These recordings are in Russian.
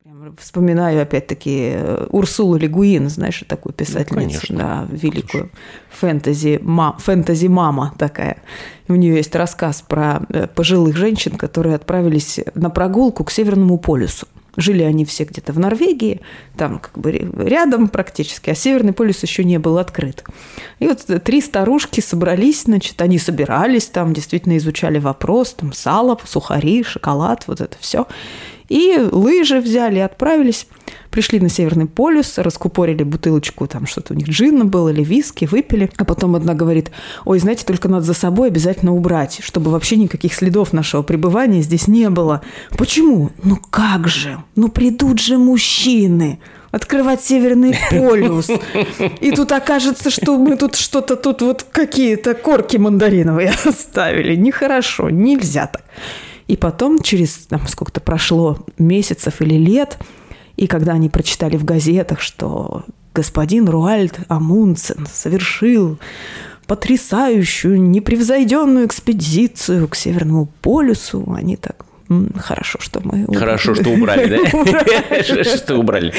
Вспоминаю опять-таки Урсулу Ле Гуин, знаешь, такую писательницу, да, великую фэнтези-мама такая. У нее есть рассказ про пожилых женщин, которые отправились на прогулку к Северному полюсу. Жили они все где-то в Норвегии, там как бы рядом практически, а Северный полюс еще не был открыт. И вот 3 старушки собрались, значит, они собирались там, действительно изучали вопрос, там сало, сухари, шоколад, вот это все. И лыжи взяли и отправились, пришли на Северный полюс, раскупорили бутылочку, там что-то у них джина было или виски, выпили. А потом одна говорит: ой, знаете, только надо за собой обязательно убрать, чтобы вообще никаких следов нашего пребывания здесь не было. Почему? Ну как же? Ну придут же мужчины открывать Северный полюс. И тут окажется, что мы тут что-то тут вот какие-то корки мандариновые оставили. Нехорошо, нельзя так. И потом, через там, сколько-то прошло месяцев или лет, и когда они прочитали в газетах, что господин Руальд Амундсен совершил потрясающую, непревзойденную экспедицию к Северному полюсу, они так: хорошо, что мы убрали. Хорошо, что убрали, да? Что убрали.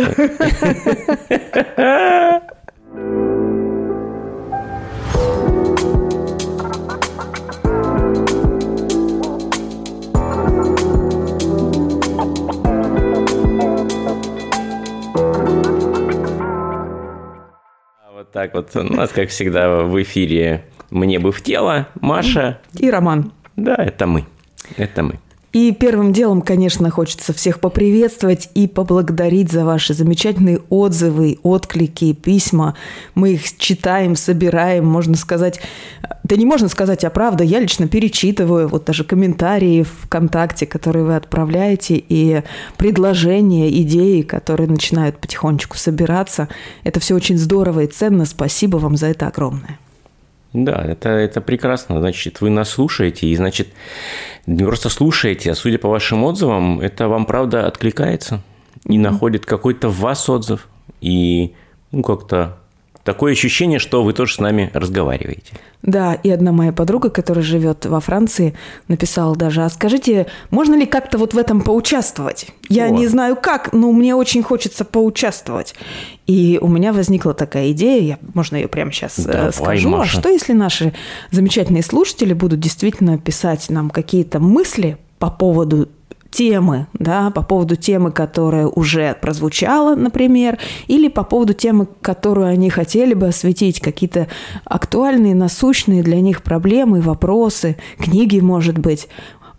Вот так вот у нас, как всегда, в эфире «Мне бы в тело», Маша. И Роман. Да, это мы. Это мы. И первым делом, конечно, хочется всех поприветствовать и поблагодарить за ваши замечательные отзывы, отклики, письма. Мы их читаем, собираем, можно сказать... Да не можно сказать, а правда, я лично перечитываю вот даже комментарии ВКонтакте, которые вы отправляете, и предложения, идеи, которые начинают потихонечку собираться. Это все очень здорово и ценно. Спасибо вам за это огромное. Да, это прекрасно. Значит, вы нас слушаете, и, значит, не просто слушаете, а судя по вашим отзывам, это вам, правда, откликается и находит какой-то в вас отзыв. И как-то такое ощущение, что вы тоже с нами разговариваете. Да, и одна моя подруга, которая живет во Франции, написала даже: а скажите, можно ли как-то вот в этом поучаствовать? Я не знаю как, но мне очень хочется поучаствовать. И у меня возникла такая идея, можно ее прямо сейчас скажу. Маша. А что, если наши замечательные слушатели будут действительно писать нам какие-то мысли по поводу темы, да, по поводу темы, которая уже прозвучала, например, или по поводу темы, которую они хотели бы осветить, какие-то актуальные, насущные для них проблемы, вопросы, книги, может быть,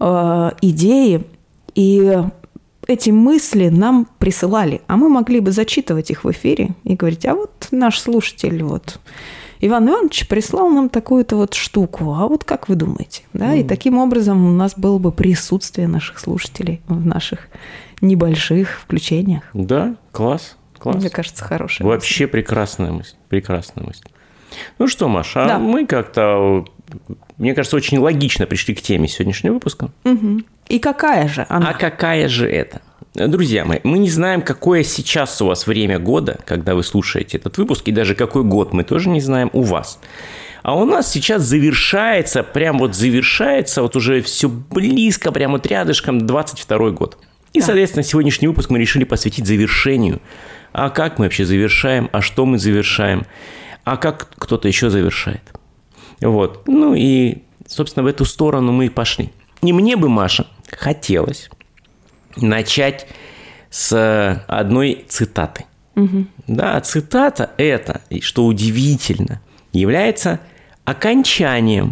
идеи. И эти мысли нам присылали, а мы могли бы зачитывать их в эфире и говорить: а вот наш слушатель, вот Иван Иванович прислал нам такую-то вот штуку, а вот как вы думаете? Да? И таким образом у нас было бы присутствие наших слушателей в наших небольших включениях. Да, класс. Мне кажется, хорошая Вообще мысль. Прекрасная мысль. Ну что, Маша, да. Мы как-то, мне кажется, очень логично пришли к теме сегодняшнего выпуска. Угу. И какая же она? А какая же это? Друзья мои, мы не знаем, какое сейчас у вас время года, когда вы слушаете этот выпуск, и даже какой год мы тоже не знаем у вас. А у нас сейчас завершается вот уже все близко, прям вот рядышком 22-й год. И, соответственно, сегодняшний выпуск мы решили посвятить завершению. А как мы вообще завершаем, а что мы завершаем, а как кто-то еще завершает. Вот. Ну и, собственно, в эту сторону мы и пошли. И мне бы, Маша, хотелось начать с одной цитаты. Угу. Да, цитата эта, что удивительно, является окончанием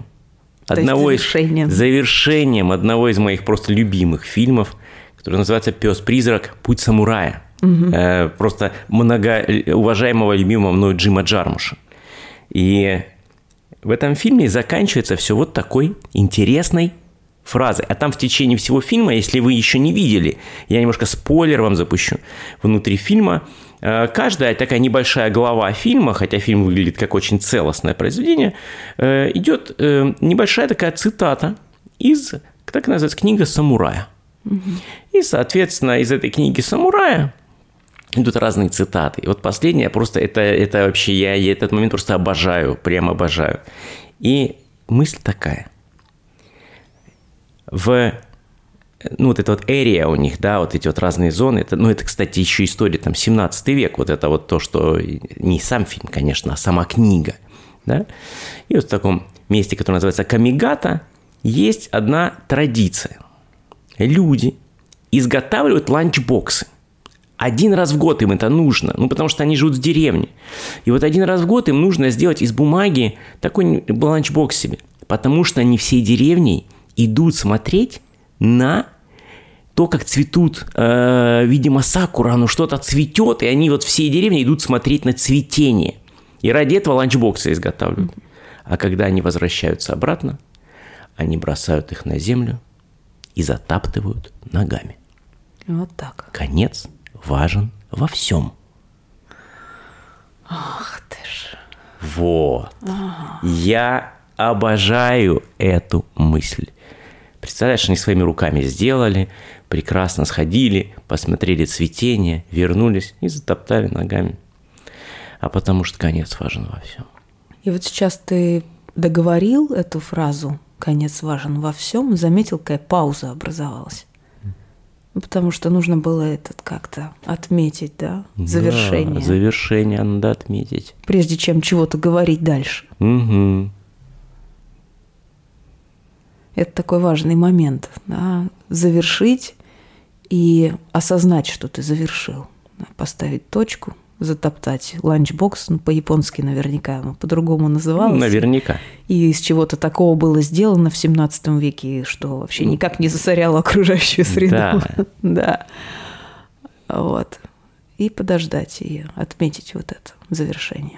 завершением одного из моих просто любимых фильмов, который называется «Пес-призрак. Путь самурая». Угу. Просто многоуважаемого, любимого мною Джима Джармуша. И в этом фильме заканчивается все вот такой интересной фразы. А там в течение всего фильма, если вы еще не видели, я немножко спойлер вам запущу, внутри фильма каждая такая небольшая глава фильма, хотя фильм выглядит как очень целостное произведение, идет небольшая такая цитата из, так называется, книга «Самурая». Угу. И, соответственно, из этой книги «Самурая» идут разные цитаты. И вот последняя, просто это вообще, я этот момент просто обожаю, прям обожаю. И мысль такая. В ну, вот эта вот area у них, да, вот эти вот разные зоны, это, ну, это, кстати, еще история, там, 17 век, вот это вот то, что не сам фильм, конечно, а сама книга, да, и вот в таком месте, которое называется Камигата, есть одна традиция. Люди изготавливают ланчбоксы. Один раз в год им это нужно, ну, потому что они живут в деревне. И вот один раз в год им нужно сделать из бумаги такой ланчбокс себе, потому что они всей деревней идут смотреть на то, как цветут, видимо, сакура, ну, что-то цветет, и они вот всей деревни идут смотреть на цветение. И ради этого ланчбоксы изготавливают. А когда они возвращаются обратно, они бросают их на землю и затаптывают ногами. Вот так. Конец важен во всем. Ах ты ж. Вот. Ага. Я обожаю эту мысль. Представляешь, они своими руками сделали, прекрасно сходили, посмотрели цветение, вернулись и затоптали ногами. А потому что конец важен во всем. И вот сейчас ты договорил эту фразу «конец важен во всем» и заметил, какая пауза образовалась. Потому что нужно было этот как-то отметить, да, завершение. Да, завершение надо отметить. Прежде чем чего-то говорить дальше. Угу. Это такой важный момент, да, завершить и осознать, что ты завершил. Да, поставить точку, затоптать ланчбокс, ну, по-японски наверняка, но по-другому называлось. Наверняка. И из чего-то такого было сделано в 17 веке, что вообще никак не засоряло окружающую среду. Да. Да. Вот. И подождать, и отметить вот это завершение.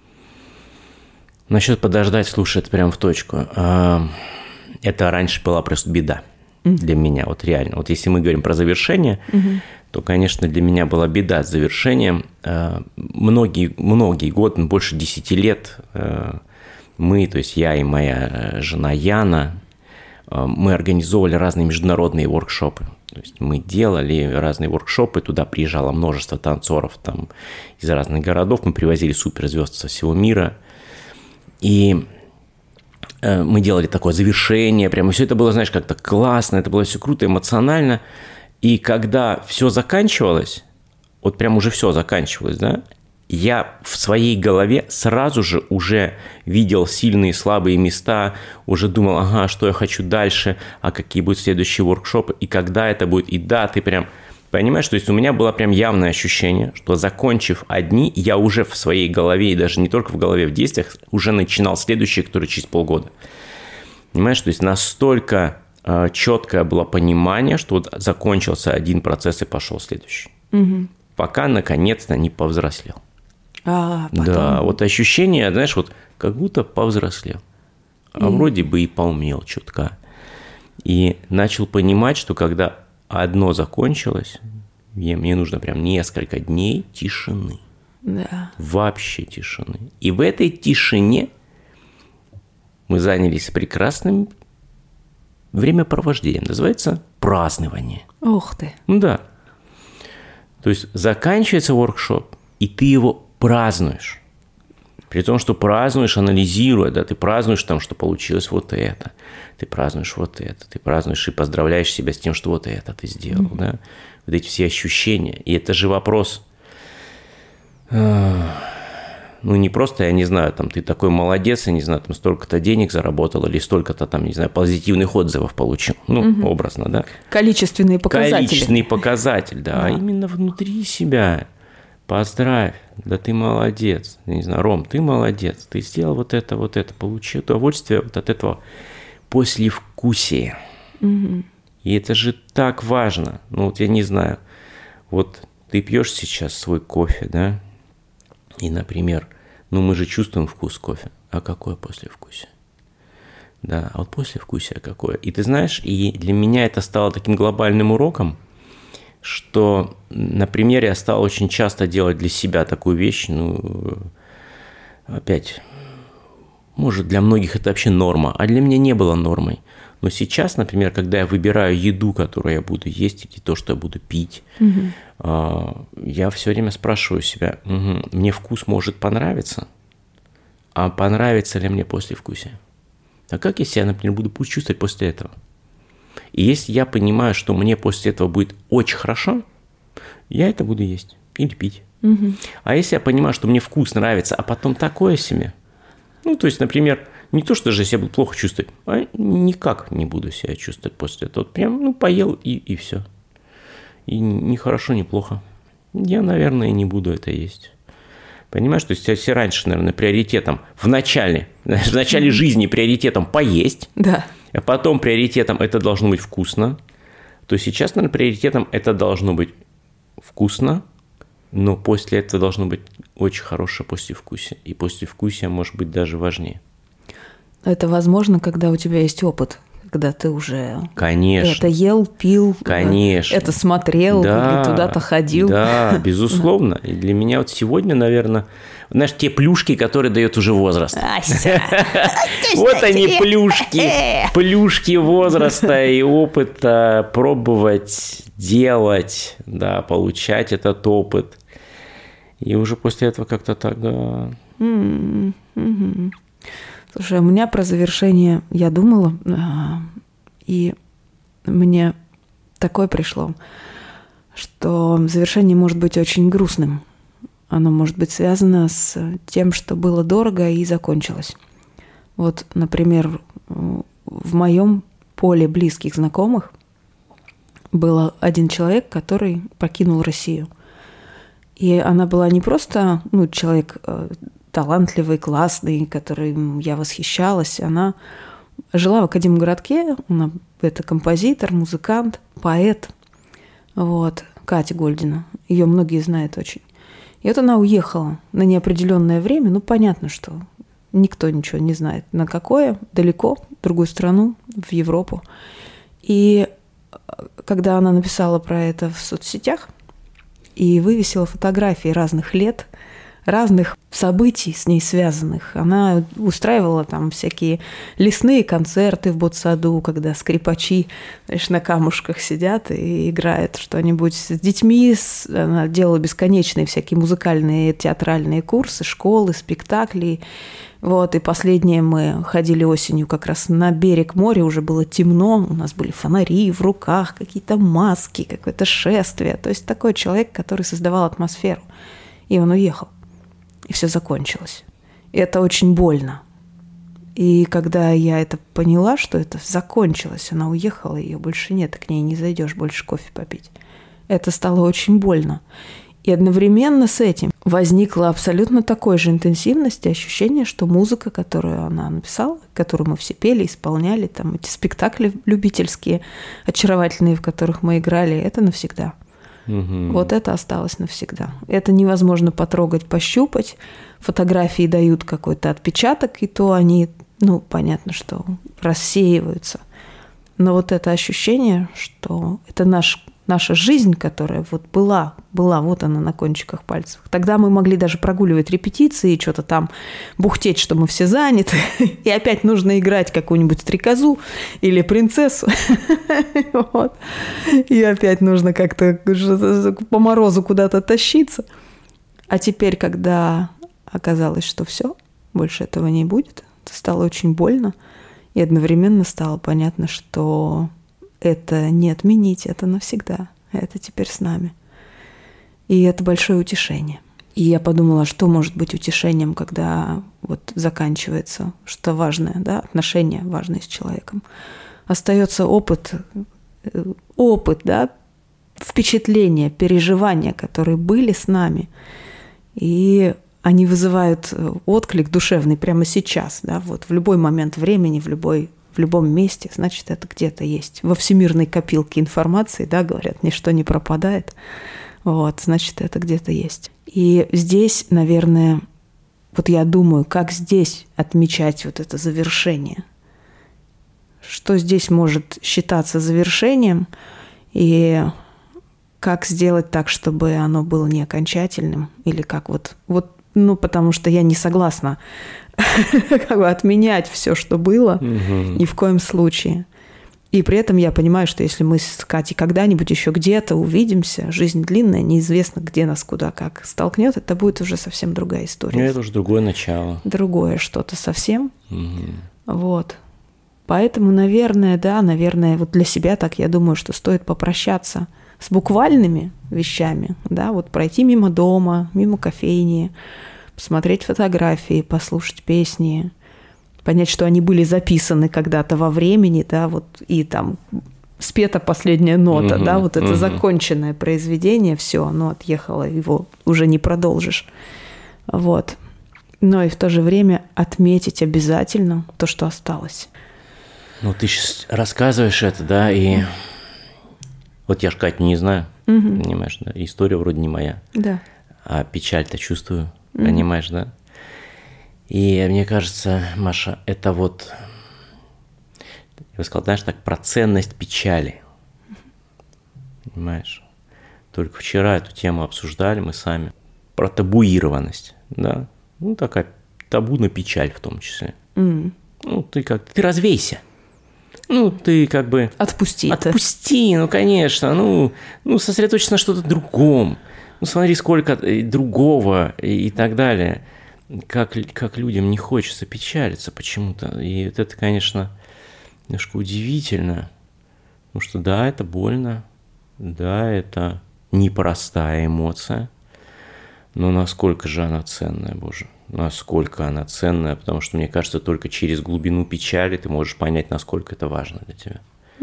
Насчет подождать, слушай, это прям в точку. Это раньше была просто беда для меня, вот реально. Вот если мы говорим про завершение, то, конечно, для меня была беда с завершением. Многие годы, больше 10 лет, мы, то есть я и моя жена Яна, мы организовывали разные международные воркшопы. То есть мы делали разные воркшопы, туда приезжало множество танцоров там, из разных городов, мы привозили суперзвезд со всего мира. И мы делали такое завершение, прямо все это было, знаешь, как-то классно, это было все круто, эмоционально. И когда все заканчивалось, вот прям уже все заканчивалось, да, я в своей голове сразу же уже видел сильные, слабые места, уже думал, ага, что я хочу дальше, а какие будут следующие воркшопы, и когда это будет, и да, ты прям понимаешь, то есть у меня было прям явное ощущение, что закончив одни, я уже в своей голове, и даже не только в голове, в действиях, уже начинал следующие, которые через полгода. Понимаешь, то есть настолько четкое было понимание, что вот закончился один процесс и пошел следующий. Угу. Пока наконец-то не повзрослел. Потом... Да, вот ощущение, знаешь, вот как будто повзрослел. А вроде бы и поумнел чутка. И начал понимать, что когда одно закончилось, мне нужно прям несколько дней тишины. Да. Вообще тишины. И в этой тишине мы занялись прекрасным времяпровождением. Называется празднование. Ух ты. Да. То есть заканчивается воркшоп, и ты его празднуешь. При том, что празднуешь, анализируя, да, ты празднуешь там, что получилось вот это, ты празднуешь вот это, ты празднуешь и поздравляешь себя с тем, что вот это ты сделал, да, вот эти все ощущения. И это же вопрос, ну, не просто, я не знаю, там, ты такой молодец, я не знаю, там, столько-то денег заработал или столько-то, там, не знаю, позитивных отзывов получил, ну, образно, да. Количественные показатели. Количественный показатель, да, а именно внутри себя. Поздравь, да ты молодец, не знаю, Ром, ты молодец, ты сделал вот это, получил удовольствие вот от этого послевкусия. Угу. И это же так важно. Ну вот я не знаю, вот ты пьешь сейчас свой кофе, да, и, например, ну мы же чувствуем вкус кофе, а какое послевкусие? Да, а вот послевкусие какое? И ты знаешь, и для меня это стало таким глобальным уроком, что, например, я стал очень часто делать для себя такую вещь, ну, опять, может, для многих это вообще норма, а для меня не было нормой. Но сейчас, например, когда я выбираю еду, которую я буду есть, и то, что я буду пить, я все время спрашиваю себя, мне вкус может понравиться, а понравится ли мне послевкусие? А как я себя, например, буду чувствовать после этого? И если я понимаю, что мне после этого будет очень хорошо, я это буду есть или пить. А если я понимаю, что мне вкус нравится, а потом такое себе, ну, то есть, например, не то, что же я себя буду плохо чувствовать, а никак не буду себя чувствовать после этого. Вот прям, ну, поел и все. И ни хорошо, ни плохо. Я, наверное, не буду это есть. Понимаешь, то есть, если раньше, наверное, приоритетом в начале жизни приоритетом поесть, да. А потом приоритетом это должно быть вкусно, то сейчас, наверное, приоритетом это должно быть вкусно, но после этого должно быть очень хорошее послевкусие. И послевкусие может быть даже важнее. Это возможно, когда у тебя есть опыт, когда ты уже Конечно. Это ел, пил, Конечно. Это смотрел, да, или туда-то ходил. Да, безусловно. И для меня вот сегодня, наверное, знаешь, те плюшки, которые дает уже возраст. Вот они, плюшки возраста и опыта, пробовать, делать, да, получать этот опыт. И уже после этого как-то так, да. Слушай, у меня про завершение я думала, и мне такое пришло, что завершение может быть очень грустным. Оно может быть связано с тем, что было дорого и закончилось. Вот, например, в моем поле близких знакомых был один человек, который покинул Россию. И она была не просто человек талантливый, классный, которым я восхищалась. Она жила в Академгородке, это композитор, музыкант, поэт, вот, Катя Гольдина. Ее многие знают очень. И вот она уехала на неопределенное время, понятно, что никто ничего не знает, на какое, далеко, в другую страну, в Европу. И когда она написала про это в соцсетях и вывесила фотографии разных лет, разных событий с ней связанных. Она устраивала там всякие лесные концерты в Ботсаду, когда скрипачи, знаешь, на камушках сидят и играют что-нибудь с детьми. Она делала бесконечные всякие музыкальные, театральные курсы, школы, спектакли. Вот, и последнее мы ходили осенью как раз на берег моря, уже было темно, у нас были фонари в руках, какие-то маски, какое-то шествие. То есть такой человек, который создавал атмосферу. И он уехал. И все закончилось. И это очень больно. И когда я это поняла, что это закончилось, она уехала, ее больше нет, и к ней не зайдешь больше кофе попить. Это стало очень больно. И одновременно с этим возникла абсолютно такой же интенсивность и ощущение, что музыка, которую она написала, которую мы все пели, исполняли, там эти спектакли любительские, очаровательные, в которых мы играли, это навсегда. Вот это осталось навсегда. Это невозможно потрогать, пощупать. Фотографии дают какой-то отпечаток, и то они, понятно, что рассеиваются. Но вот это ощущение, что это наша жизнь, которая вот была, вот она на кончиках пальцев. Тогда мы могли даже прогуливать репетиции, и что-то там бухтеть, что мы все заняты, и опять нужно играть какую-нибудь стрекозу или принцессу. Вот. И опять нужно как-то по морозу куда-то тащиться. А теперь, когда оказалось, что все, больше этого не будет, это стало очень больно, и одновременно стало понятно, что это не отменить, это навсегда. Это теперь с нами. И это большое утешение. И я подумала, что может быть утешением, когда вот заканчивается что-то важное, да, отношения важные с человеком. Остается опыт, да, впечатления, переживания, которые были с нами. И они вызывают отклик душевный прямо сейчас, да, вот в любой момент времени, в любом месте, значит, это где-то есть. Во всемирной копилке информации, да, говорят, ничто не пропадает. Вот, значит, это где-то есть. И здесь, наверное, вот я думаю, как здесь отмечать вот это завершение. Что здесь может считаться завершением, и как сделать так, чтобы оно было не окончательным, или как потому что я не согласна отменять все, что было, ни в коем случае. И при этом я понимаю, что если мы с Катей когда-нибудь еще где-то увидимся, жизнь длинная, неизвестно, где нас куда как столкнет, это будет уже совсем другая история. Это уже другое начало. Другое что-то совсем. Вот. Поэтому, наверное, вот для себя так я думаю, что стоит попрощаться с буквальными вещами, да, вот пройти мимо дома, мимо кофейни, посмотреть фотографии, послушать песни, понять, что они были записаны когда-то во времени, да, вот и там спета последняя нота, да, вот это законченное произведение, все, оно отъехало, его уже не продолжишь. Вот. Но и в то же время отметить обязательно то, что осталось. Ну, ты сейчас рассказываешь это, да, и вот я ж Катю не знаю, понимаешь, да, история вроде не моя, да. А печаль-то чувствую, понимаешь, да. И мне кажется, Маша, это вот, я бы сказал, знаешь, так, про ценность печали, понимаешь. Только вчера эту тему обсуждали мы сами, про табуированность, да, ну, такая табу на печаль в том числе. Ну, ты развейся. Ну, ты как бы... Отпусти, ну, конечно. Ну, сосредоточься на что-то другом. Ну, смотри, сколько другого и так далее. Как людям не хочется печалиться почему-то. И это, конечно, немножко удивительно. Потому что да, это больно. Да, это непростая эмоция. Но насколько же она ценная, Боже. Насколько она ценная, потому что, мне кажется, только через глубину печали ты можешь понять, насколько это важно для тебя.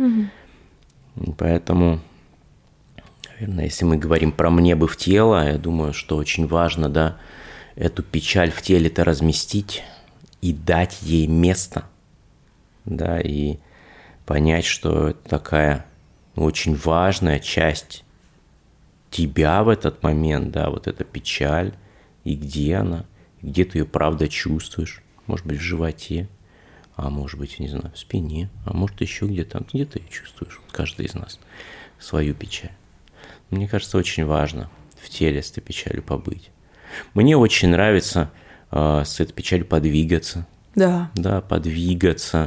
И поэтому, наверное, если мы говорим про «мне бы в тело», я думаю, что очень важно, да, эту печаль в теле-то разместить и дать ей место, да, и понять, что это такая очень важная часть тебя в этот момент, да, вот эта печаль, и где она, где ты ее правда чувствуешь, может быть, в животе, а может быть, не знаю, в спине, а может, еще где-то ее чувствуешь, каждый из нас, свою печаль. Мне кажется, очень важно в теле с этой печалью побыть. Мне очень нравится с этой печалью подвигаться. Да. Да, подвигаться.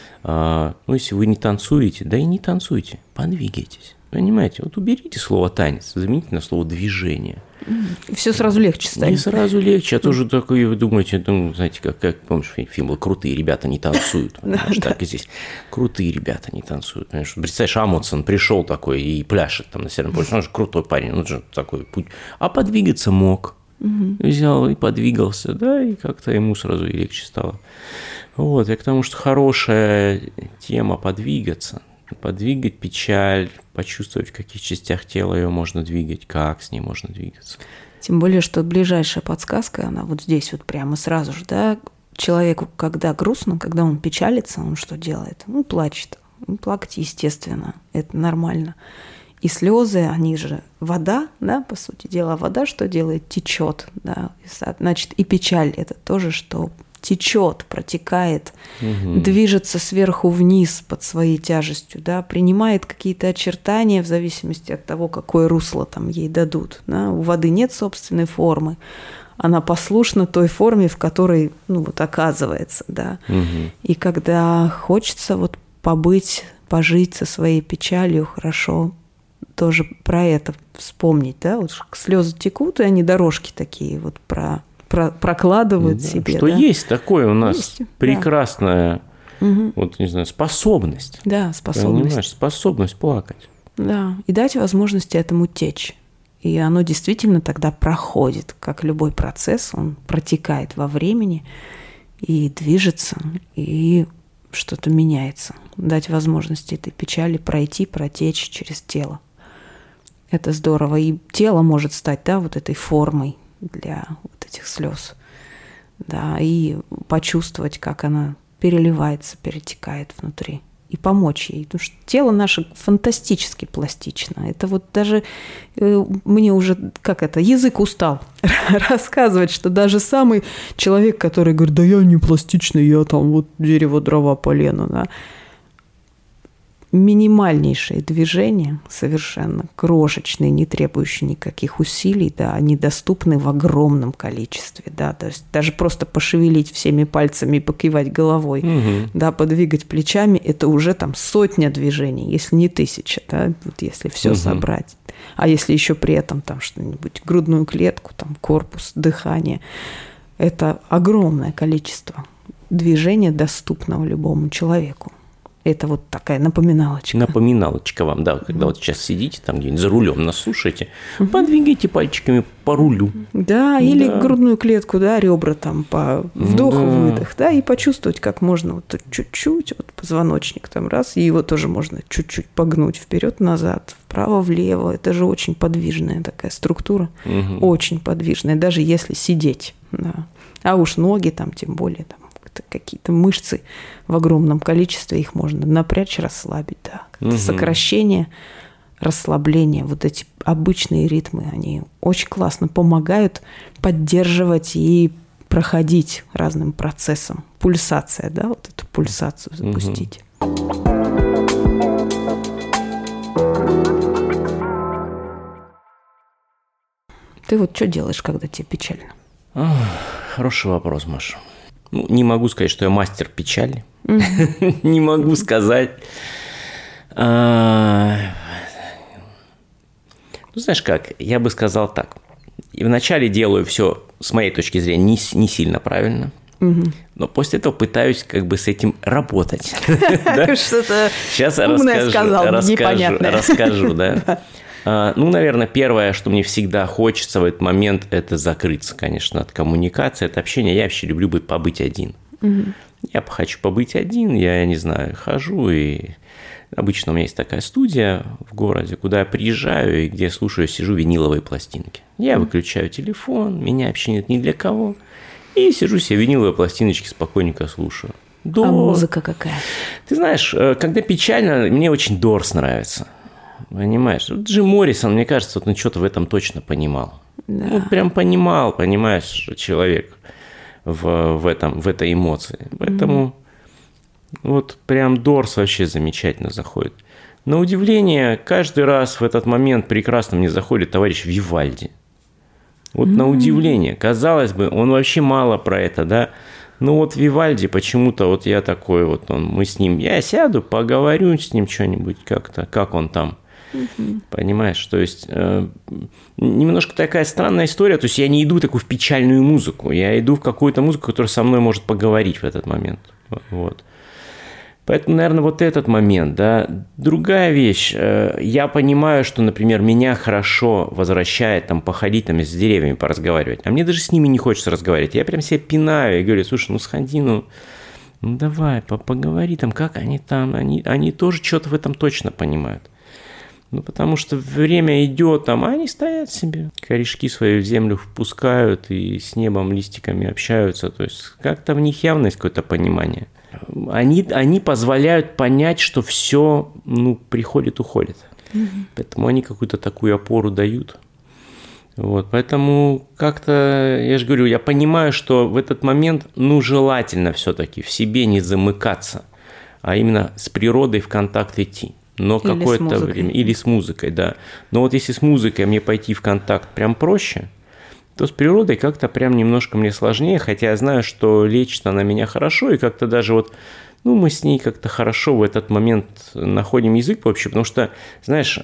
Ну, если вы не танцуете, да и не танцуйте, подвигайтесь. Понимаете, вот уберите слово «танец», замените на слово «движение». И все сразу легче станет. И сразу легче, а тоже такое, вы думаете, знаете, как помнишь, фильм был «Крутые ребята не танцуют». Так и здесь. Крутые ребята не танцуют. Представляешь, Амундсен пришел такой и пляшет там на Северном полюсе. Он же крутой парень, он же такой путь. А подвигаться мог. Взял и подвигался, да, и как-то ему сразу и легче стало. Вот, и к тому, что хорошая тема подвигаться. Подвигать печаль, почувствовать, в каких частях тела ее можно двигать, как с ней можно двигаться. Тем более, что ближайшая подсказка, она вот здесь вот прямо сразу же, да, человеку, когда грустно, когда он печалится, он что делает? Он плачет. Он плакать, естественно, это нормально. И слезы, они же вода, да, по сути дела, вода что делает? Течет, да. Значит, и печаль это тоже, что течет, протекает, движется сверху вниз под своей тяжестью, да, принимает какие-то очертания в зависимости от того, какое русло там ей дадут. Да. У воды нет собственной формы, она послушна той форме, в которой, ну, вот оказывается, да. И когда хочется вот побыть, пожить со своей печалью, хорошо тоже про это вспомнить, да, вот слезы текут, и они дорожки такие вот прокладывают себе. Что да? есть такое у нас есть, прекрасная, вот, не знаю, способность. Да, способность. Понимаешь, способность плакать. Да, и дать возможность этому течь. И оно действительно тогда проходит, как любой процесс, он протекает во времени и движется, и что-то меняется. Дать возможность этой печали пройти, протечь через тело. Это здорово. И тело может стать, да, вот этой формой для вот этих слез. Да, и почувствовать, как она переливается, перетекает внутри. И помочь ей. Потому что тело наше фантастически пластично. Это вот даже мне уже, язык устал рассказывать, что даже самый человек, который говорит, да я не пластичный, я там вот дерево, дрова, полено, да. Минимальнейшие движения, совершенно крошечные, не требующие никаких усилий, да, они доступны в огромном количестве, да, то есть даже просто пошевелить всеми пальцами и покивать головой, да, подвигать плечами, это уже там 100 движений, если не 1000, да, вот если все собрать. А если еще при этом там что-нибудь, грудную клетку, там корпус, дыхание, это огромное количество движения, доступного любому человеку. Это вот такая напоминалочка. Напоминалочка вам, да, когда вот сейчас сидите там где-нибудь за рулем, нас слушаете, подвигайте пальчиками по рулю. Да, или грудную клетку, да, ребра там по вдох-выдох, да, и почувствовать, как можно вот чуть-чуть, вот позвоночник там раз, и его тоже можно чуть-чуть погнуть вперед-назад, вправо-влево. Это же очень подвижная такая структура, очень подвижная, даже если сидеть, да. А уж ноги там, тем более, там какие-то мышцы в огромном количестве, их можно напрячь, расслабить, да. Сокращение, расслабление, вот эти обычные ритмы, они очень классно помогают поддерживать и проходить разным процессом. Пульсация, да, вот эту пульсацию запустить. Ты вот что делаешь, когда тебе печально? Хороший вопрос, Маша. Ну, не могу сказать, что я мастер печали. Не могу сказать. Ну, знаешь как, я бы сказал так. И вначале делаю все, с моей точки зрения, не сильно правильно. Но после этого пытаюсь как бы с этим работать. Что-то умное сказал, непонятное. Расскажу, да. Ну, наверное, первое, что мне всегда хочется в этот момент, это закрыться, конечно, от коммуникации, от общения. Я вообще люблю побыть один. Я хочу побыть один, я не знаю, хожу, и обычно у меня есть такая студия в городе, куда я приезжаю и где слушаю, сижу виниловые пластинки. Я выключаю телефон, меня вообще нет ни для кого, и сижу себе виниловые пластиночки спокойненько слушаю. А музыка какая? Ты знаешь, когда печально, мне очень Дорс нравится. Понимаешь? Вот Джим Моррисон, мне кажется, вот он что-то в этом точно понимал. Да. Вот прям понимал, понимаешь, человек в этой эмоции. Поэтому вот прям Дорс вообще замечательно заходит. На удивление, каждый раз в этот момент прекрасно мне заходит товарищ Вивальди. Вот на удивление. Казалось бы, он вообще мало про это, да? Но вот Вивальди почему-то вот я такой вот, мы с ним, я сяду, поговорю с ним что-нибудь как-то, как он там. Понимаешь, то есть немножко такая странная история, то есть я не иду такую в печальную музыку, я иду в какую-то музыку, которая со мной может поговорить в этот момент, вот. Поэтому, наверное, вот этот момент, да. Другая вещь, я понимаю, что, например, меня хорошо возвращает там походить там с деревьями, поразговаривать, а мне даже с ними не хочется разговаривать, я прям себя пинаю и говорю, слушай, ну сходи, ну давай, поговори там, как они там, они тоже что-то в этом точно понимают. Ну, потому что время идет, там, а они стоят себе, корешки свои в землю впускают и с небом листиками общаются. То есть как-то в них явно есть какое-то понимание. Они позволяют понять, что все, приходит, уходит. Поэтому они какую-то такую опору дают. Вот, поэтому как-то, я же говорю, я понимаю, что в этот момент, желательно все-таки в себе не замыкаться, а именно с природой в контакт идти. Но какое-то время. Или с музыкой, да. Но вот если с музыкой мне пойти в контакт прям проще, то с природой как-то прям немножко мне сложнее, хотя я знаю, что лечит она меня хорошо, и как-то даже вот, мы с ней как-то хорошо в этот момент находим язык вообще, потому что, знаешь,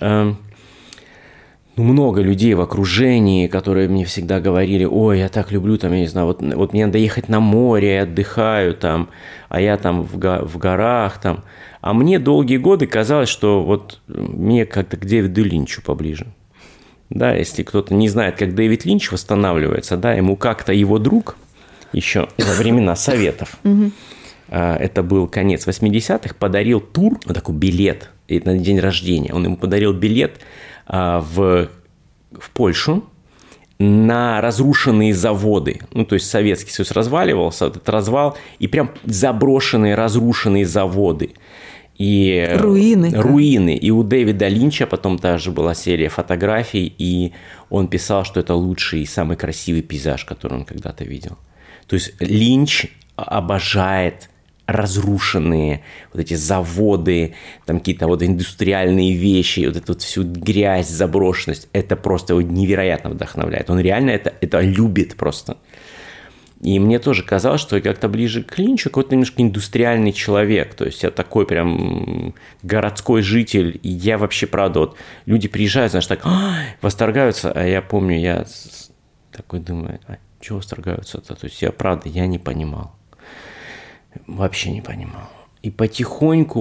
много людей в окружении, которые мне всегда говорили, ой, я так люблю, там, я не знаю, вот мне надо ехать на море, я отдыхаю там, а я там в горах там. А мне долгие годы казалось, что вот мне как-то к Дэвиду Линчу поближе. Да, если кто-то не знает, как Дэвид Линч восстанавливается, да, ему как-то его друг еще во времена Советов, это был конец 80-х, подарил тур, такой билет на день рождения. Он ему подарил билет в Польшу на разрушенные заводы. То есть Советский Союз разваливался, этот развал, и прям заброшенные, разрушенные заводы. И руины. И у Дэвида Линча потом тоже была серия фотографий, и он писал, что это лучший и самый красивый пейзаж, который он когда-то видел. То есть Линч обожает разрушенные вот эти заводы, там какие-то вот индустриальные вещи, вот эту вот всю грязь, заброшенность. Это просто его невероятно вдохновляет. Он реально это любит просто. И мне тоже казалось, что я как-то ближе к Линчу, какой-то немножко индустриальный человек. То есть я такой прям городской житель. И я вообще, правда, вот люди приезжают, знаешь, так восторгаются. А я помню, я такой думаю, чего восторгаются-то? То есть я, правда, я не понимал. Вообще не понимал. И потихоньку вот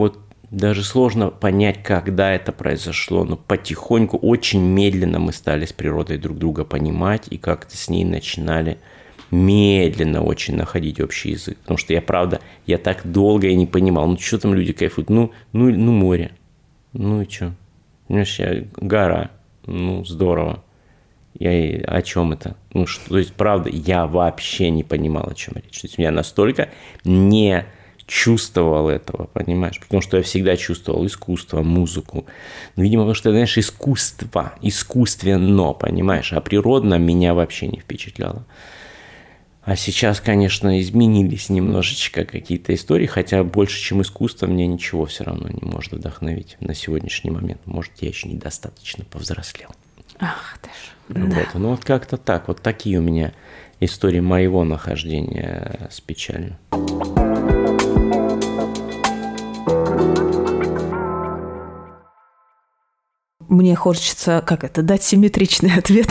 даже сложно понять, когда это произошло, но потихоньку, очень медленно мы стали с природой друг друга понимать и как-то с ней начинали медленно очень находить общий язык. Потому что я так долго и не понимал, ну что там люди кайфуют, ну море, ну и что? Гора, ну здорово. О чем это? То есть, правда, я вообще не понимал, о чем речь. То есть, я настолько не чувствовал этого, понимаешь? Потому что я всегда чувствовал искусство, музыку. Ну, видимо, потому что, знаешь, искусственно, понимаешь? А природно меня вообще не впечатляло. А сейчас, конечно, изменились немножечко какие-то истории, хотя больше, чем искусство, мне ничего все равно не может вдохновить на сегодняшний момент. Может, я еще недостаточно повзрослел. Ах ты ж. Вот. Да. Ну, вот как-то так. Вот такие у меня истории моего нахождения с печалью. Мне хочется, дать симметричный ответ.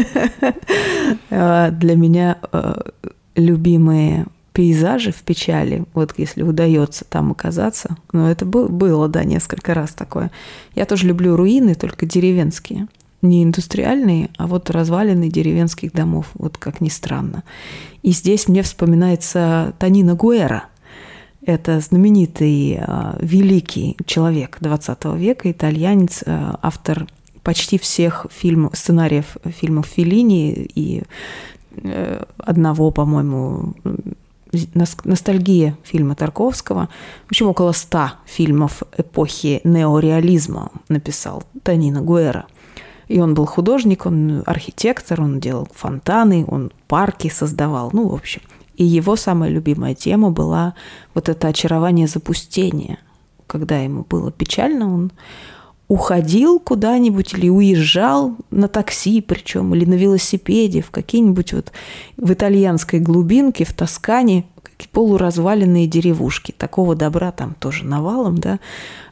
Для меня любимые пейзажи в печали, вот если удается там оказаться, это было, да, несколько раз такое. Я тоже люблю руины, только деревенские. Не индустриальные, а вот развалины деревенских домов, вот как ни странно. И здесь мне вспоминается Тонино Гуэра. Это знаменитый великий человек XX века, итальянец, автор почти всех сценариев фильмов Феллини и одного, по-моему, «Ностальгия» фильма Тарковского. В общем, около 100 фильмов эпохи неореализма написал Тонино Гуэра. И он был художник, он архитектор, он делал фонтаны, он парки создавал, в общем. И его самая любимая тема была вот это очарование запустения. Когда ему было печально, он уходил куда-нибудь или уезжал на такси, причем, или на велосипеде в какие-нибудь в итальянской глубинке, в Тоскане, полуразваленные деревушки. Такого добра там тоже навалом, да.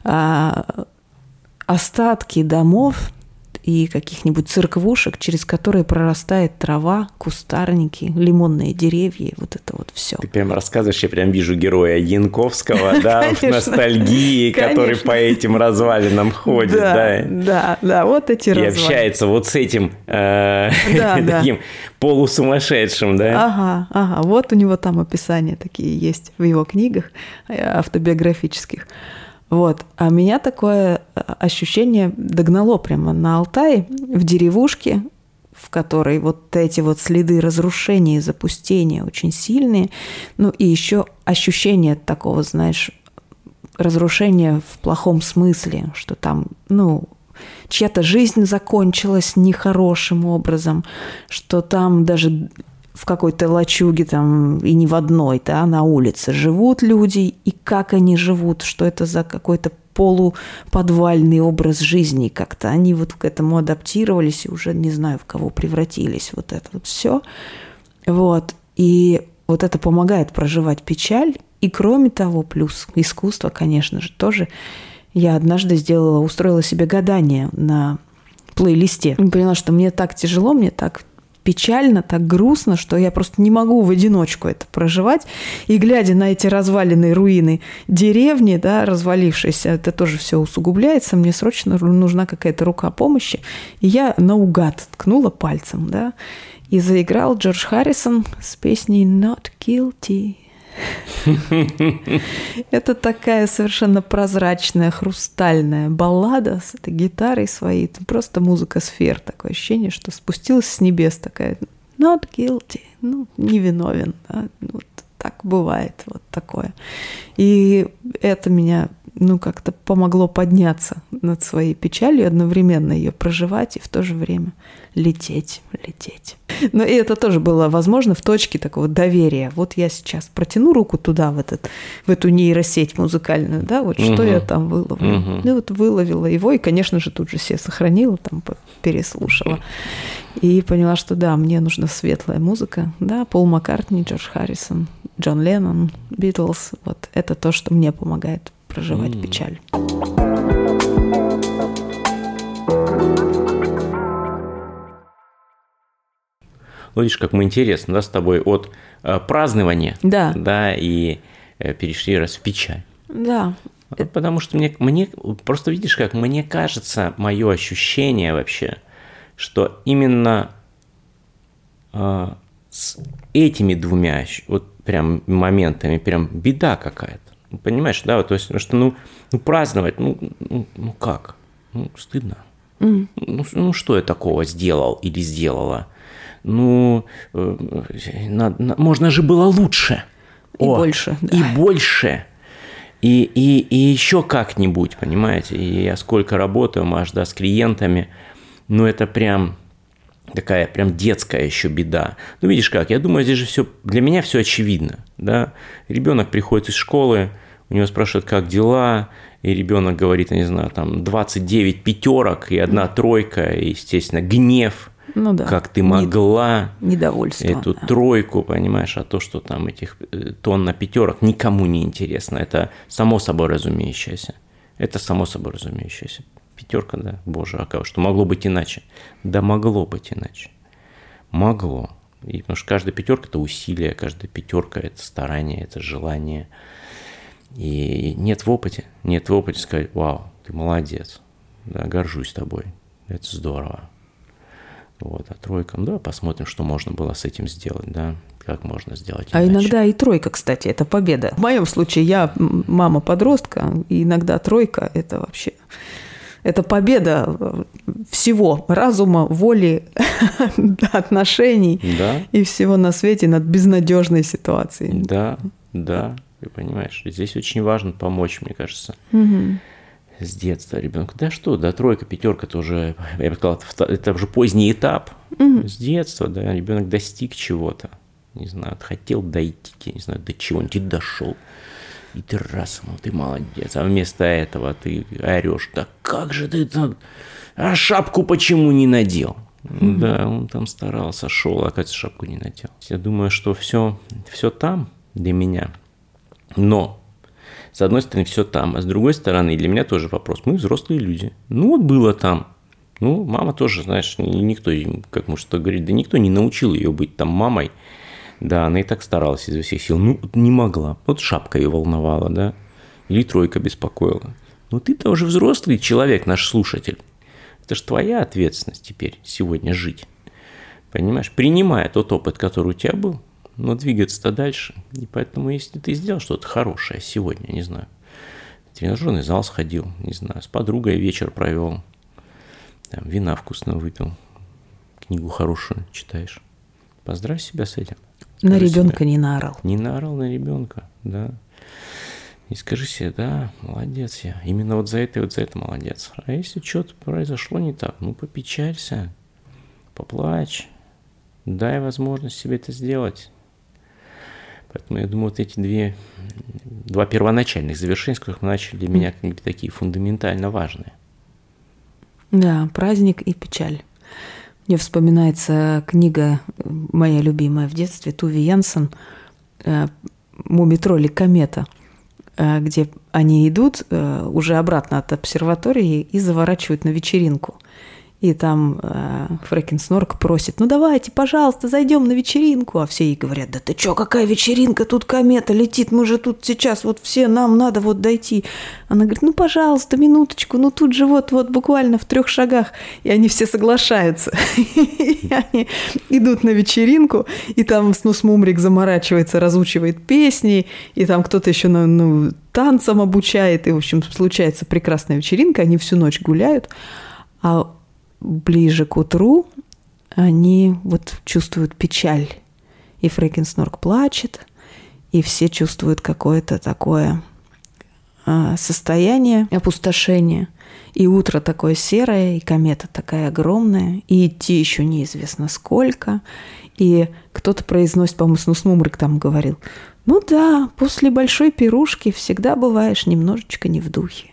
Остатки домов и каких-нибудь церквушек, через которые прорастает трава, кустарники, лимонные деревья, вот это вот все. Ты прямо рассказываешь, я прям вижу героя Янковского, да, в ностальгии, который по этим развалинам ходит, да. Да, вот эти развалины. И общается вот с этим таким полусумасшедшим, да? Ага, вот у него там описания такие есть в его книгах автобиографических. Вот. А меня такое ощущение догнало прямо на Алтае, в деревушке, в которой вот эти вот следы разрушения и запустения очень сильные. И еще ощущение такого, знаешь, разрушения в плохом смысле, что там, чья-то жизнь закончилась нехорошим образом, что там даже в какой-то лачуге там и не в одной, да, на улице живут люди, и как они живут, что это за какой-то полуподвальный образ жизни, как-то они вот к этому адаптировались и уже не знаю, в кого превратились, вот это вот все. Вот. И вот это помогает проживать печаль. И кроме того, плюс искусство, конечно же, тоже. Я однажды устроила себе гадание на плейлисте. Поняла, что мне так тяжело, мне так печально, так грустно, что я просто не могу в одиночку это проживать. И глядя на эти разваленные руины деревни, да, развалившиеся, это тоже все усугубляется. Мне срочно нужна какая-то рука помощи. И я наугад ткнула пальцем, да, и заиграл Джордж Харрисон с песней «Not Guilty». Это такая совершенно прозрачная, хрустальная баллада с этой гитарой своей. Просто музыка сфер. Такое ощущение, что спустилась с небес такая «Not guilty», невиновен. Да? Вот так бывает, вот такое. И это меня, как-то помогло подняться над своей печалью, одновременно ее проживать и в то же время лететь. Но и это тоже было возможно в точке такого доверия. Вот я сейчас протяну руку туда, в эту нейросеть музыкальную, да, вот что я там выловлю. И вот выловила его, и, конечно же, тут же себе сохранила, там переслушала. И поняла, что да, мне нужна светлая музыка. Да, Пол Маккартни, Джордж Харрисон, Джон Леннон, Битлз. Вот это то, что мне помогает проживать печаль. Видишь, как мы интересно, да, с тобой от празднования, да, и перешли раз в печаль. Да, Потому что мне просто видишь, как мне кажется, мое ощущение вообще, что именно с этими двумя вот прям моментами прям беда какая-то. Понимаешь, да? Вот, то есть, что праздновать, как? Стыдно. Что я такого сделал или сделала? Можно же было лучше. И больше. Да. И больше. И еще как-нибудь, понимаете? И я сколько работаю, Маш, да, с клиентами, это прям такая прям детская еще беда. Видишь как, я думаю, здесь же все, для меня все очевидно, да? Ребенок приходит из школы, у него спрашивают, как дела, и ребенок говорит, я не знаю, там 29 пятерок и 1 тройка, и, естественно, гнев. Да. Как ты могла недовольство, эту тройку, понимаешь, а то, что там этих тонна пятерок никому не интересно. Это само собой разумеющееся. Пятерка, да, боже, что могло быть иначе? Да могло быть иначе. Могло. Потому что каждая пятерка – это усилие, каждая пятерка – это старание, это желание. И нет в опыте сказать, вау, ты молодец, да, горжусь тобой, это здорово. А тройка, посмотрим, что можно было с этим сделать, да, как можно сделать иначе. А иногда и тройка, кстати, это победа. В моем случае я мама подростка, и иногда тройка – это вообще, это победа всего, разума, воли, отношений и всего на свете над безнадежной ситуацией. Да, ты понимаешь, здесь очень важно помочь, мне кажется. С детства ребенку. Тройка, пятерка, это уже, я бы сказал, это уже поздний этап. С детства, да, ребенок достиг чего-то. Не знаю, хотел дойти, я не знаю, до чего-нибудь, и дошел. И ты раз, ты молодец. А вместо этого ты орешь, да как же ты там, а шапку почему не надел? Да, он там старался, шел, а оказывается, шапку не надел. Я думаю, что все там для меня. Но с одной стороны, все там, а с другой стороны, для меня тоже вопрос. Мы взрослые люди. Было там. Мама тоже, знаешь, никто, как может говорить, да никто не научил ее быть там мамой. Да, она и так старалась изо всех сил. Не могла. Шапка ее волновала, да. Или тройка беспокоила. Ты-то уже взрослый человек, наш слушатель. Это же твоя ответственность теперь сегодня жить. Понимаешь? Принимая тот опыт, который у тебя был, но двигаться-то дальше. И поэтому, если ты сделал что-то хорошее сегодня, не знаю, в тренажерный зал сходил, не знаю, с подругой вечер провел, там, вина вкусно выпил, книгу хорошую читаешь, поздравь себя с этим. На ребенка не наорал. Не наорал на ребенка, да. И скажи себе, да, молодец я, именно за это молодец. А если что-то произошло не так, попечалься, поплачь, дай возможность себе это сделать. Поэтому я думаю, эти два первоначальных завершения, с которых мы начали, для меня такие фундаментально важные. Да, праздник и печаль. Мне вспоминается книга моя любимая в детстве, Туви Янсен «Мумий-тролль и комета», где они идут уже обратно от обсерватории и заворачивают на вечеринку. И там Фрэкен Снорк просит, давайте, пожалуйста, зайдем на вечеринку. А все ей говорят, да ты чё, какая вечеринка, тут комета летит, мы же тут сейчас все, нам надо дойти. Она говорит, пожалуйста, минуточку, тут же вот буквально в 3 шагах. И они все соглашаются. И они идут на вечеринку, и там Снус Мумрик заморачивается, разучивает песни, и там кто-то еще танцам обучает, и, в общем, случается прекрасная вечеринка, они всю ночь гуляют, а ближе к утру они чувствуют печаль. И Фрэкен Снорк плачет, и все чувствуют какое-то такое состояние опустошения. И утро такое серое, и комета такая огромная, и идти еще неизвестно сколько. И кто-то произносит, по-моему, Снус Мумрик там говорил, да, после большой пирушки всегда бываешь немножечко не в духе.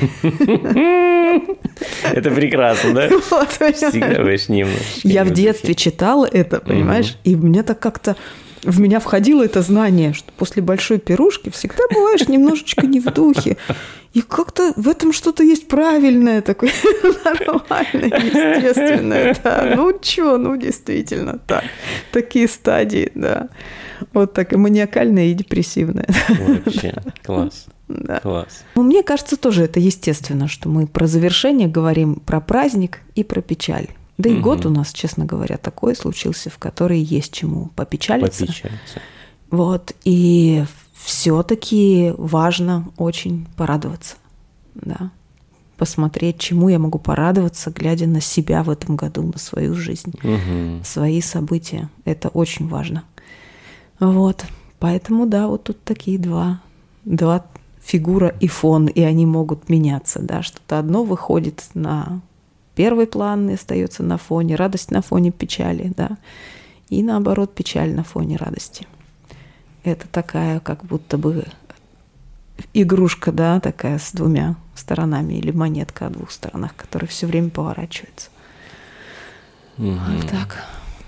Это прекрасно, да? Всегда бываешь немножечко. Я в детстве читала это, понимаешь, и мне так как-то в меня входило это знание, что после большой пирушки всегда бываешь немножечко не в духе. И как-то в этом что-то есть правильное, такое нормальное, естественное. Да. Действительно так. Такие стадии, да. Так и маниакальное, и депрессивное. Вообще, класс. Да. Класс. Ну, мне кажется, тоже это естественно, что мы про завершение говорим, про праздник и про печаль. Да и год у нас, честно говоря, такой случился, в который есть чему попечалиться. Вот, и все-таки важно очень порадоваться, да. Посмотреть, чему я могу порадоваться, глядя на себя в этом году, на свою жизнь, свои события. Это очень важно. Вот, поэтому, да, вот тут такие два фигура и фон, и они могут меняться, да, что-то одно выходит на первый план и остается на фоне, радость на фоне печали, да, и наоборот печаль на фоне радости. Это такая, как будто бы игрушка, да, такая с двумя сторонами, или монетка о двух сторонах, которая все время поворачивается. Вот так.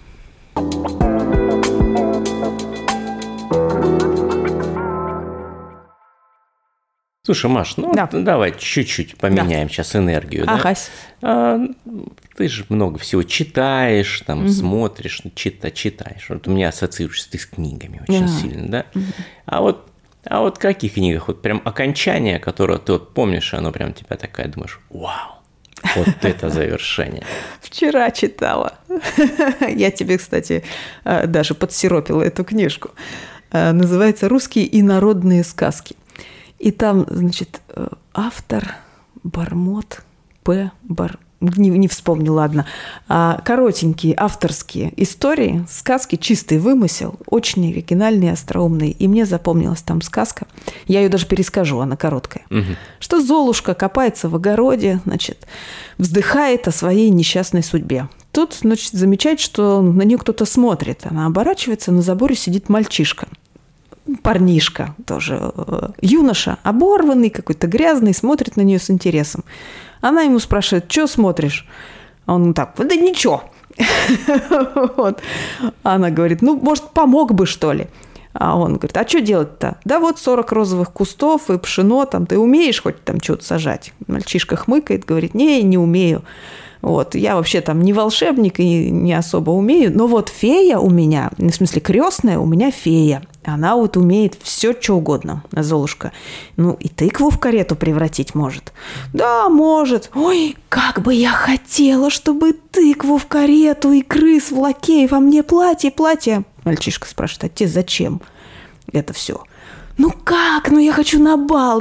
Слушай, Маш, давай чуть-чуть поменяем сейчас энергию. Агась. Ты же много всего читаешь, там, смотришь, читаешь. Вот у меня ассоциируешься ты с книгами очень сильно, да? А вот в каких книгах? Вот прям окончание, которое ты вот помнишь, оно прям тебя такая, думаешь, вау, вот это завершение. Вчера читала. Я тебе, кстати, даже подсиропила эту книжку. Называется «Русские и народные сказки». И там, значит, автор Бармот, не вспомню, ладно. Коротенькие авторские истории, сказки, чистый вымысел, очень оригинальные, остроумные. И мне запомнилась там сказка, я ее даже перескажу, она короткая, что Золушка копается в огороде, значит, вздыхает о своей несчастной судьбе. Тут, значит, замечает, что на нее кто-то смотрит. Она оборачивается, на заборе сидит мальчишка. Парнишка тоже, юноша, оборванный, какой-то грязный, смотрит на нее с интересом. Она ему спрашивает, что смотришь? А он так, да ничего. Вот. Она говорит, ну, может, помог бы, что ли? А он говорит, а что делать-то? Да вот 40 розовых кустов и пшено, там, ты умеешь хоть там что-то сажать? Мальчишка хмыкает, говорит, не умею. Вот, я вообще там не волшебник и не особо умею, но вот фея у меня, в смысле крестная у меня фея, она вот умеет все, что угодно, Золушка. Ну, и тыкву в карету превратить может. Да, может. Ой, как бы я хотела, чтобы тыкву в карету и крыс в лакеев, а мне платье. Мальчишка спрашивает, а тебе зачем это все? Ну как? Ну я хочу на бал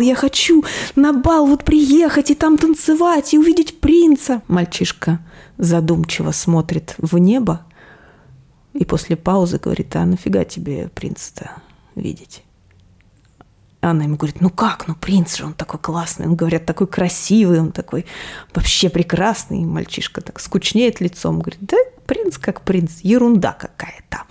вот приехать и там танцевать, и увидеть принца. Мальчишка задумчиво смотрит в небо и после паузы говорит, а нафига тебе принца-то видеть? Она ему говорит, ну как, ну принц же, он такой классный, он, говорят, такой красивый, он такой вообще прекрасный. И мальчишка так скучнеет лицом, говорит, да принц как принц, ерунда какая-то.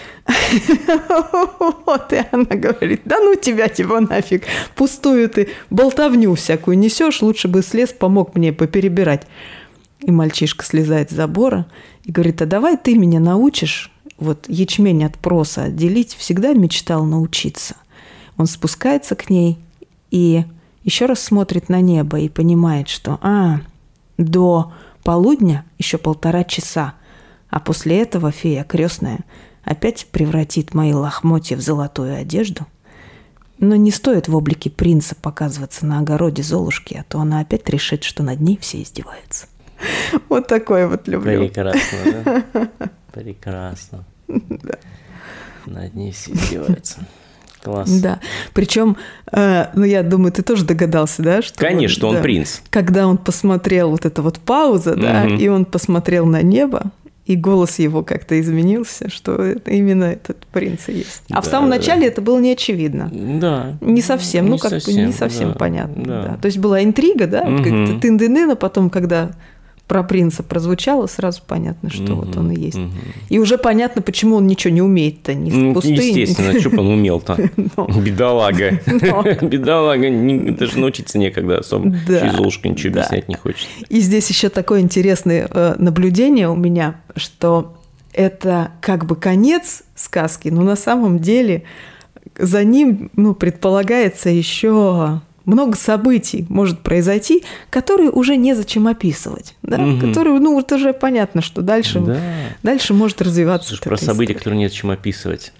Вот, и она говорит, да ну тебя нафиг, пустую ты болтовню всякую несешь, лучше бы слез, помог мне поперебирать. И мальчишка слезает с забора и говорит, а давай ты меня научишь вот ячмень от проса отделить, всегда мечтал научиться. Он спускается к ней и еще раз смотрит на небо и понимает, что до полудня еще 1,5 часа, а после этого фея крестная опять превратит мои лохмотья в золотую одежду. Но не стоит в облике принца показываться на огороде Золушки, а то она опять решит, что над ней все издеваются. Вот такое вот люблю. Прекрасно, да? Прекрасно. Да. Над ней все издеваются. Класс. Да. Причем, я думаю, ты тоже догадался, да? Что конечно, он принц. Когда он посмотрел, вот эта вот пауза, да, и он посмотрел на небо, и голос его как-то изменился, что именно этот принц и есть. А в самом начале это было не очевидно. Да. Не совсем, не совсем понятно. Да. То есть была интрига, да, как-то тын-дын-дын, а потом, когда про принца прозвучало, сразу понятно, что вот он и есть. И уже понятно, почему он ничего не умеет-то, ни в пустыне. Естественно, что бы он умел-то. Бедолага. Бедолага, даже научиться некогда особо. Через Золушку ничего объяснять не хочет. И здесь еще такое интересное наблюдение у меня, что это как бы конец сказки, но на самом деле за ним, предполагается еще много событий может произойти, которые уже незачем описывать, да? Которые, вот уже понятно, что дальше может развиваться. Слушай, про события, которые незачем описывать.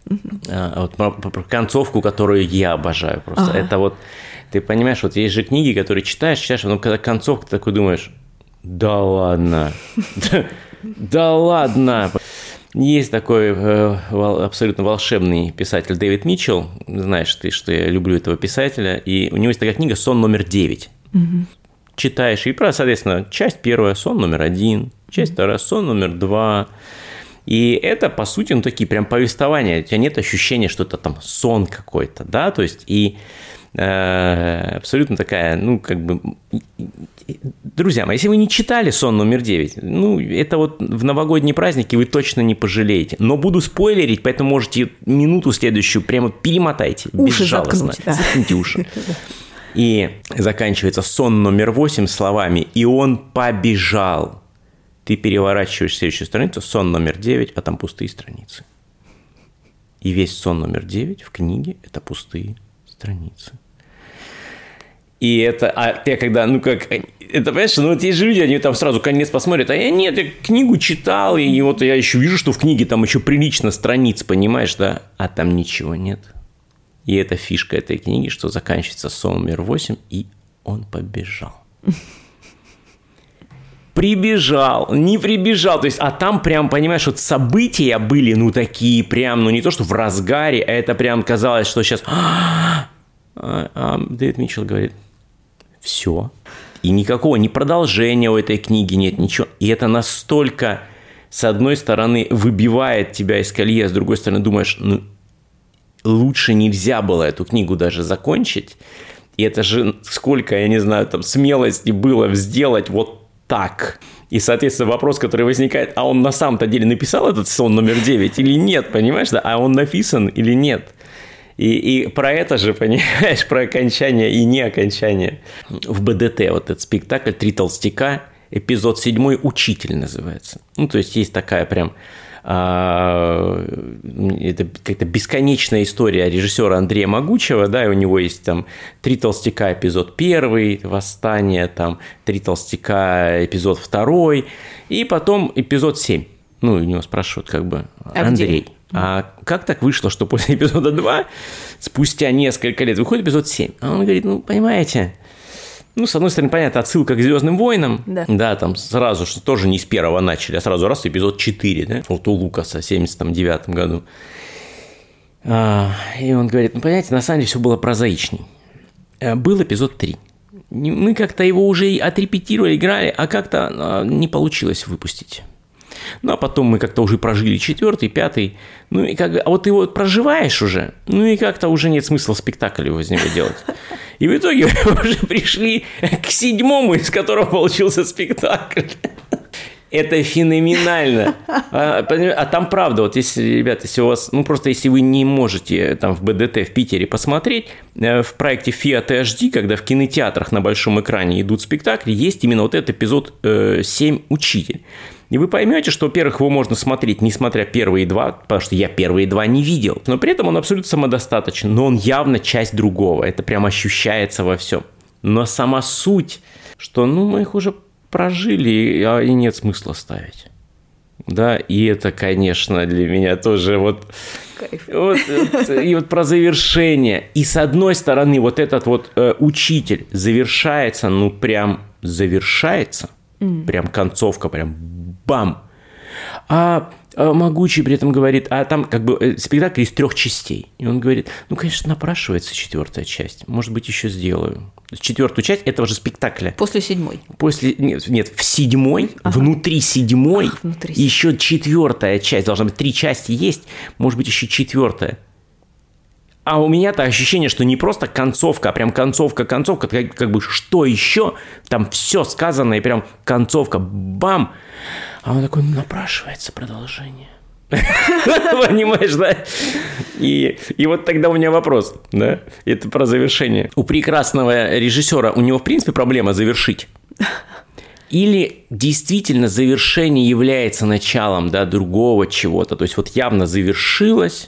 Вот про концовку, которую я обожаю просто. Это вот, ты понимаешь, вот есть же книги, которые читаешь, но когда концовка, ты такой думаешь, да ладно, да ладно. Есть такой абсолютно волшебный писатель Дэвид Митчелл, знаешь ты, что я люблю этого писателя, и у него есть такая книга «Сон номер 9». Читаешь, и, соответственно, часть первая – сон номер 1, часть вторая – сон номер 2. И это, по сути, такие прям повествования. У тебя нет ощущения, что это там сон какой-то, да, то есть и абсолютно такая, друзья мои, если вы не читали «Сон номер 9», это вот в новогодние праздники вы точно не пожалеете. Но буду спойлерить, поэтому можете минуту следующую прямо перемотайте. Уши безжалостно. Заткните уши. И заканчивается «Сон номер 8» словами «И он побежал». Ты переворачиваешь следующую страницу, сон номер 9, а там пустые страницы. И весь сон номер 9 в книге – это пустые страницы. И это, я когда, это, понимаешь, есть же люди, они там сразу конец посмотрят, а я книгу читал, и вот я еще вижу, что в книге там еще прилично страниц, понимаешь, да, а там ничего нет. И это фишка этой книги, что заканчивается сон номер 8, и он побежал. Прибежал, не прибежал, то есть, а там прям, понимаешь, вот события были, такие прям, не то, что в разгаре, а это прям казалось, что сейчас... Дэвид Митчелл говорит, все, и никакого ни продолжения у этой книги нет, ничего, и это настолько, с одной стороны, выбивает тебя из колеи, а с другой стороны, думаешь, лучше нельзя было эту книгу даже закончить, и это же сколько, я не знаю, там смелости было сделать вот так. И, соответственно, вопрос, который возникает, а он на самом-то деле написал этот сон номер 9 или нет, понимаешь, да? А он написан или нет? И про это же, понимаешь, про окончание и не окончание. В БДТ вот этот спектакль «Три толстяка», эпизод 7 «Учитель» называется. То есть, есть такая прям... это какая-то бесконечная история режиссера Андрея Могучего, да, и у него есть там «Три толстяка» эпизод 1, «Восстание», там «Три толстяка» эпизод 2, и потом эпизод 7. У него спрашивают Андрей, а как так вышло, что после эпизода 2 спустя несколько лет выходит эпизод 7? А он говорит, понимаете... с одной стороны, понятно, отсылка к «Звездным войнам», да, там сразу, что тоже не с первого начали, а сразу раз эпизод 4, да, вот у Лукаса в 79 году. И он говорит, понимаете, на самом деле все было прозаичней. Был эпизод 3. Мы как-то его уже отрепетировали, играли, а как-то не получилось выпустить. А потом мы как-то уже прожили 4-й, 5-й, а вот ты его проживаешь уже, и как-то уже нет смысла спектакль его из него делать. И в итоге мы уже пришли к 7-му, из которого получился спектакль. Это феноменально. А там правда, вот если, ребята, если у вас, просто если вы не можете там в БДТ в Питере посмотреть, в проекте Fiat HD, когда в кинотеатрах на большом экране идут спектакли, есть именно вот этот эпизод 7 «Учитель». И вы поймете, что, во-первых, его можно смотреть, несмотря первые 2, потому что я первые 2 не видел, но при этом он абсолютно самодостаточен, но он явно часть другого, это прям ощущается во всем. Но сама суть, что, мы их уже прожили, и нет смысла ставить. Да, и это, конечно, для меня тоже и вот про завершение. И с одной стороны, вот этот вот «Учитель» завершается, прям завершается, прям концовка, прям бам. А Могучий при этом говорит, а там спектакль из 3 частей. И он говорит, конечно, напрашивается 4-я часть. Может быть, еще сделаю. 4-ю часть этого же спектакля. После 7-й. Нет, в 7-й, внутри 7-й, еще 4-я часть. Должна быть 3 части есть, может быть, еще 4-я. А у меня-то ощущение, что не просто концовка, а прям концовка, что еще? Там все сказано, и прям концовка, бам! А он такой, напрашивается продолжение. Понимаешь, да? И вот тогда у меня вопрос, да? Это про завершение. У прекрасного режиссера, у него, в принципе, проблема завершить. Или действительно завершение является началом, да, другого чего-то. То есть вот явно завершилось,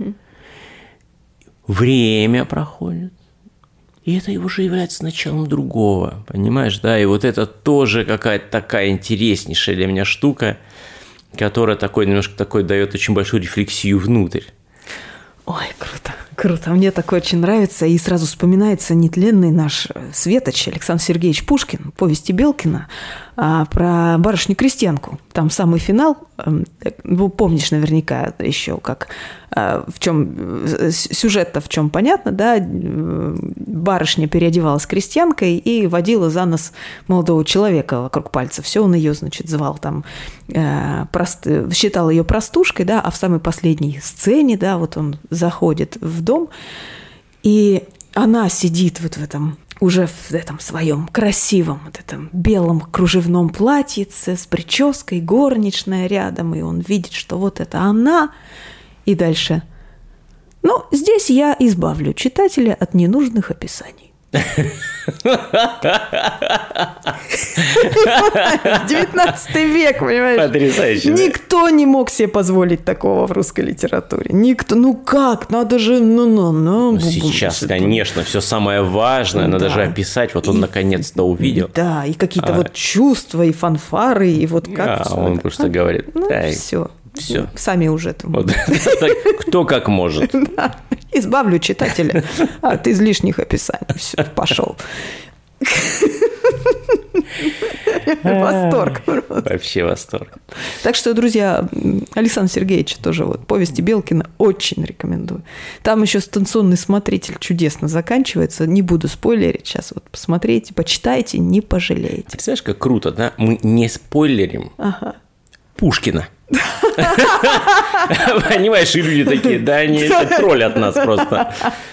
время проходит, и это уже является началом другого, понимаешь, да, и вот это тоже какая-то такая интереснейшая для меня штука, которая немножко дает очень большую рефлексию внутрь. Ой, круто, круто. Мне такое очень нравится. И сразу вспоминается нетленный наш светоч Александр Сергеевич Пушкин, повести Белкина про барышню-крестьянку. Там самый финал, помнишь наверняка еще, как в чем сюжет-то в чем понятно, да? Барышня переодевалась крестьянкой и водила за нос молодого человека вокруг пальца. Все он ее, значит, звал там, считал ее простушкой, да, а в самой последней сцене, да, вот он заходит в дом, и она сидит вот в этом, уже в этом своем красивом, вот этом белом кружевном платьице с прической, горничная рядом, и он видит, что вот это она, и дальше. Ну, здесь я избавлю читателя от ненужных описаний. 19 век, понимаешь? Потрясающе. Никто не мог себе позволить такого в русской литературе. Никто. Ну как? Надо же... Сейчас, конечно, все самое важное надо же описать. Вот он наконец-то увидел. Да, и какие-то вот чувства, и фанфары, и вот как... Он просто говорит. Все. Все. Сами уже там. Вот. Кто как может. Да. Избавлю читателя от излишних описаний. Все, пошел. Восторг. Вообще восторг. Так что, друзья, Александр Сергеевич тоже вот повести Белкина очень рекомендую. Там еще «Станционный смотритель» чудесно заканчивается. Не буду спойлерить. Сейчас вот посмотрите, почитайте, не пожалеете. Представляешь, как круто, да? Мы не спойлерим Пушкина. Понимаешь, и люди такие, да, они троллят нас просто.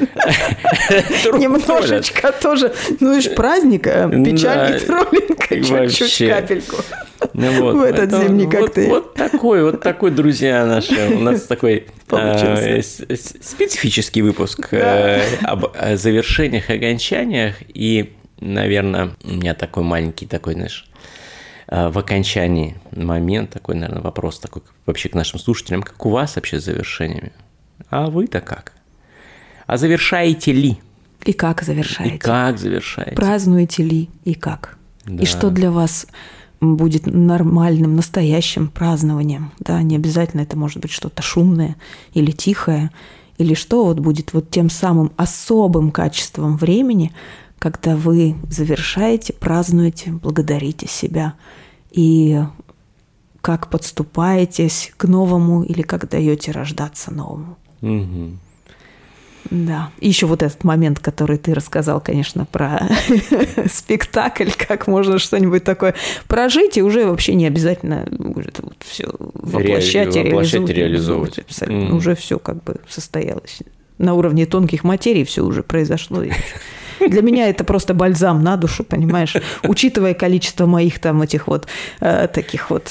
Немножечко тоже, ну, и ж праздник, печальный троллинг, чуть-чуть капельку в этот зимний коктейль. Вот такой, друзья наши, у нас такой специфический выпуск об завершениях, окончаниях, и, наверное, у меня такой маленький такой, знаешь, в окончании момент, такой, наверное, вопрос такой вообще к нашим слушателям, как у вас вообще с завершениями? А вы-то как? А завершаете ли? И как завершаете? И как завершаете? Празднуете ли и как? Да. И что для вас будет нормальным, настоящим празднованием? Да, не обязательно это может быть что-то шумное или тихое, или что вот будет вот тем самым особым качеством времени, когда вы завершаете, празднуете, благодарите себя и как подступаетесь к новому или как даете рождаться новому. Угу. Да. И еще вот этот момент, который ты рассказал, конечно, про спектакль, как можно что-нибудь такое прожить, и уже вообще не обязательно все воплощать и реализовывать. Уже все как бы состоялось. На уровне тонких материй все уже произошло. Для меня это просто бальзам на душу, понимаешь? Учитывая количество моих там этих вот таких вот...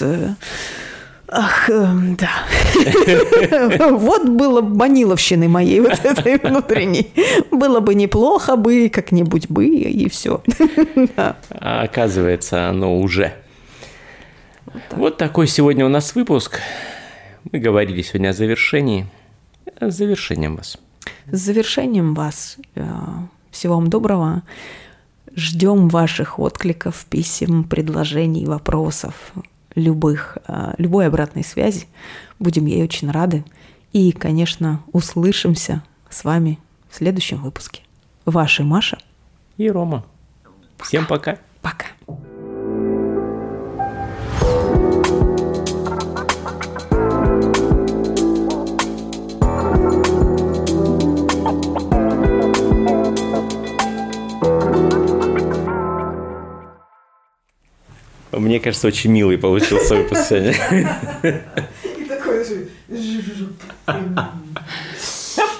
да. Вот было маниловщины моей вот этой внутренней. Было бы неплохо бы, как-нибудь бы, и все. А оказывается, оно уже. Вот такой сегодня у нас выпуск. Мы говорили сегодня о завершении. С завершением вас. С завершением вас. Всего вам доброго. Ждем ваших откликов, писем, предложений, вопросов, любой обратной связи. Будем ей очень рады. И, конечно, услышимся с вами в следующем выпуске. Ваши Маша и Рома. Всем пока. Пока. Мне кажется, очень милый получился выпуск сегодня. И такой же...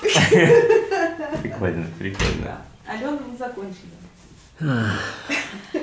Прикольно, прикольно. Алена, мы закончили.